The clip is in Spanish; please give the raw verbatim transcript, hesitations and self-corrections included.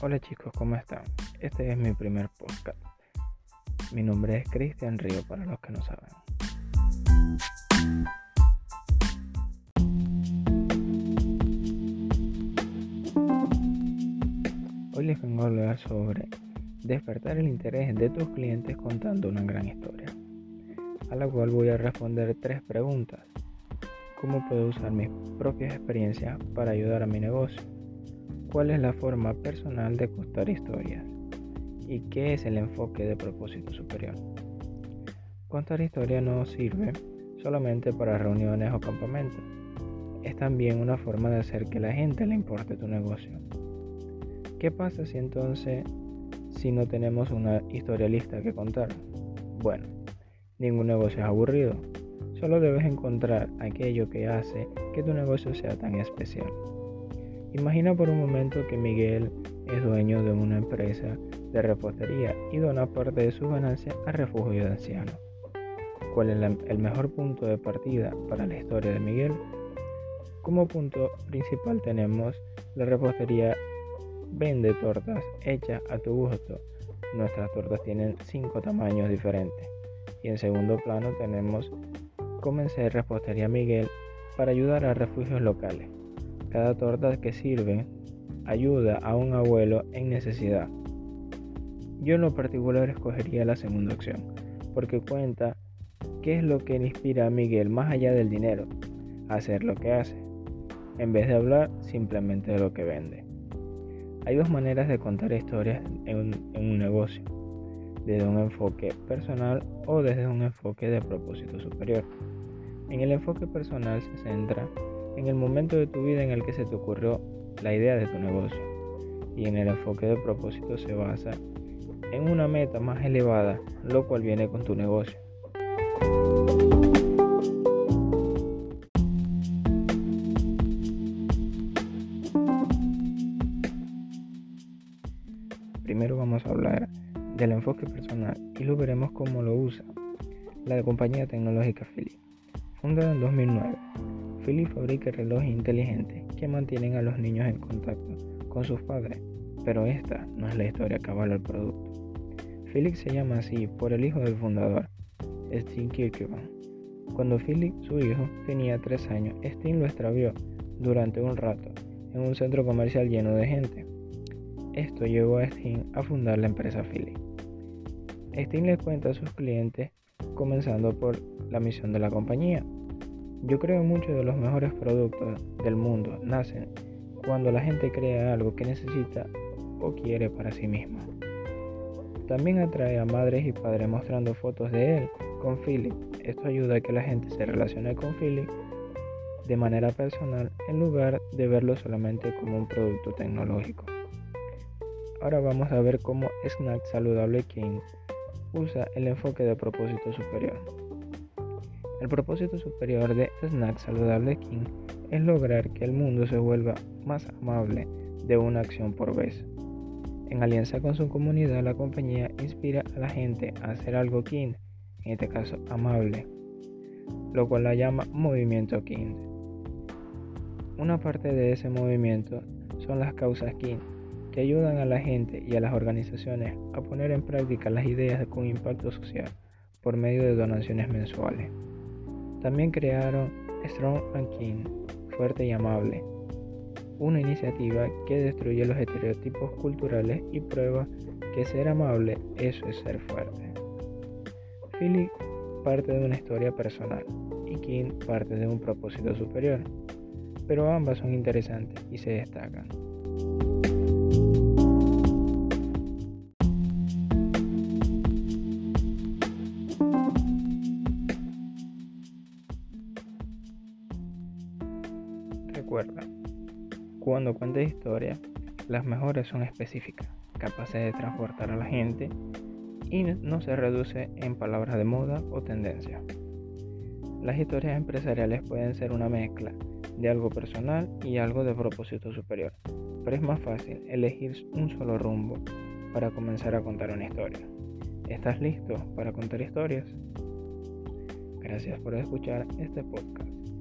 Hola chicos, ¿cómo están? Este es mi primer podcast. Mi nombre es Cristian Río para los que no saben. Hoy les vengo a hablar sobre despertar el interés de tus clientes contando una gran historia, a la cual voy a responder tres preguntas. ¿Cómo puedo usar mis propias experiencias para ayudar a mi negocio? ¿Cuál es la forma personal de contar historias? ¿Y qué es el enfoque de propósito superior? Contar historias no sirve solamente para reuniones o campamentos. Es también una forma de hacer que a la gente le importe tu negocio. ¿Qué pasa si entonces si no tenemos una historia lista que contar? Bueno, ningún negocio es aburrido. Solo debes encontrar aquello que hace que tu negocio sea tan especial. Imagina por un momento que Miguel es dueño de una empresa de repostería y dona parte de sus ganancias a refugio de ancianos. ¿Cuál es la, el mejor punto de partida para la historia de Miguel? Como punto principal tenemos la repostería vende tortas hechas a tu gusto. Nuestras tortas tienen cinco tamaños diferentes. Y en segundo plano tenemos Comencé Repostería Miguel para ayudar a refugios locales. Cada torta que sirve ayuda a un abuelo en necesidad. Yo en lo particular escogería la segunda opción, porque cuenta qué es lo que le inspira a Miguel más allá del dinero, hacer lo que hace, en vez de hablar simplemente de lo que vende. Hay dos maneras de contar historias en un, en un negocio, desde un enfoque personal o desde un enfoque de propósito superior. En el enfoque personal se centra en el momento de tu vida en el que se te ocurrió la idea de tu negocio, y en el enfoque de propósito se basa en una meta más elevada, lo cual viene con tu negocio. Primero vamos a hablar del enfoque personal y lo veremos cómo lo usa la compañía tecnológica Philips. Fundada en dos mil nueve, Philips fabrica relojes inteligentes que mantienen a los niños en contacto con sus padres, pero esta no es la historia cabal del producto. Philips se llama así por el hijo del fundador, Steve Kirkbrand. Cuando Philips, su hijo, tenía tres años, Steve lo extravió durante un rato en un centro comercial lleno de gente. Esto llevó a Steve a fundar la empresa Philips. Steve le cuenta a sus clientes, comenzando por la misión de la compañía. Yo creo que muchos de los mejores productos del mundo nacen cuando la gente crea algo que necesita o quiere para sí misma. También atrae a madres y padres mostrando fotos de él con Philips. Esto ayuda a que la gente se relacione con Philips de manera personal en lugar de verlo solamente como un producto tecnológico. Ahora vamos a ver cómo Snack Saludable King usa el enfoque de propósito superior. El propósito superior de Snack Saludable King es lograr que el mundo se vuelva más amable de una acción por vez. En alianza con su comunidad, la compañía inspira a la gente a hacer algo King, en este caso amable, lo cual la llama Movimiento King. Una parte de ese movimiento son las causas King, que ayudan a la gente y a las organizaciones a poner en práctica las ideas con impacto social por medio de donaciones mensuales. También crearon Strong and King, Fuerte y Amable, una iniciativa que destruye los estereotipos culturales y prueba que ser amable, eso es ser fuerte. Philips parte de una historia personal y King parte de un propósito superior, pero ambas son interesantes y se destacan. Recuerda, cuando cuentes historias, las mejores son específicas, capaces de transportar a la gente y no se reduce en palabras de moda o tendencia. Las historias empresariales pueden ser una mezcla de algo personal y algo de propósito superior, pero es más fácil elegir un solo rumbo para comenzar a contar una historia. ¿Estás listo para contar historias? Gracias por escuchar este podcast.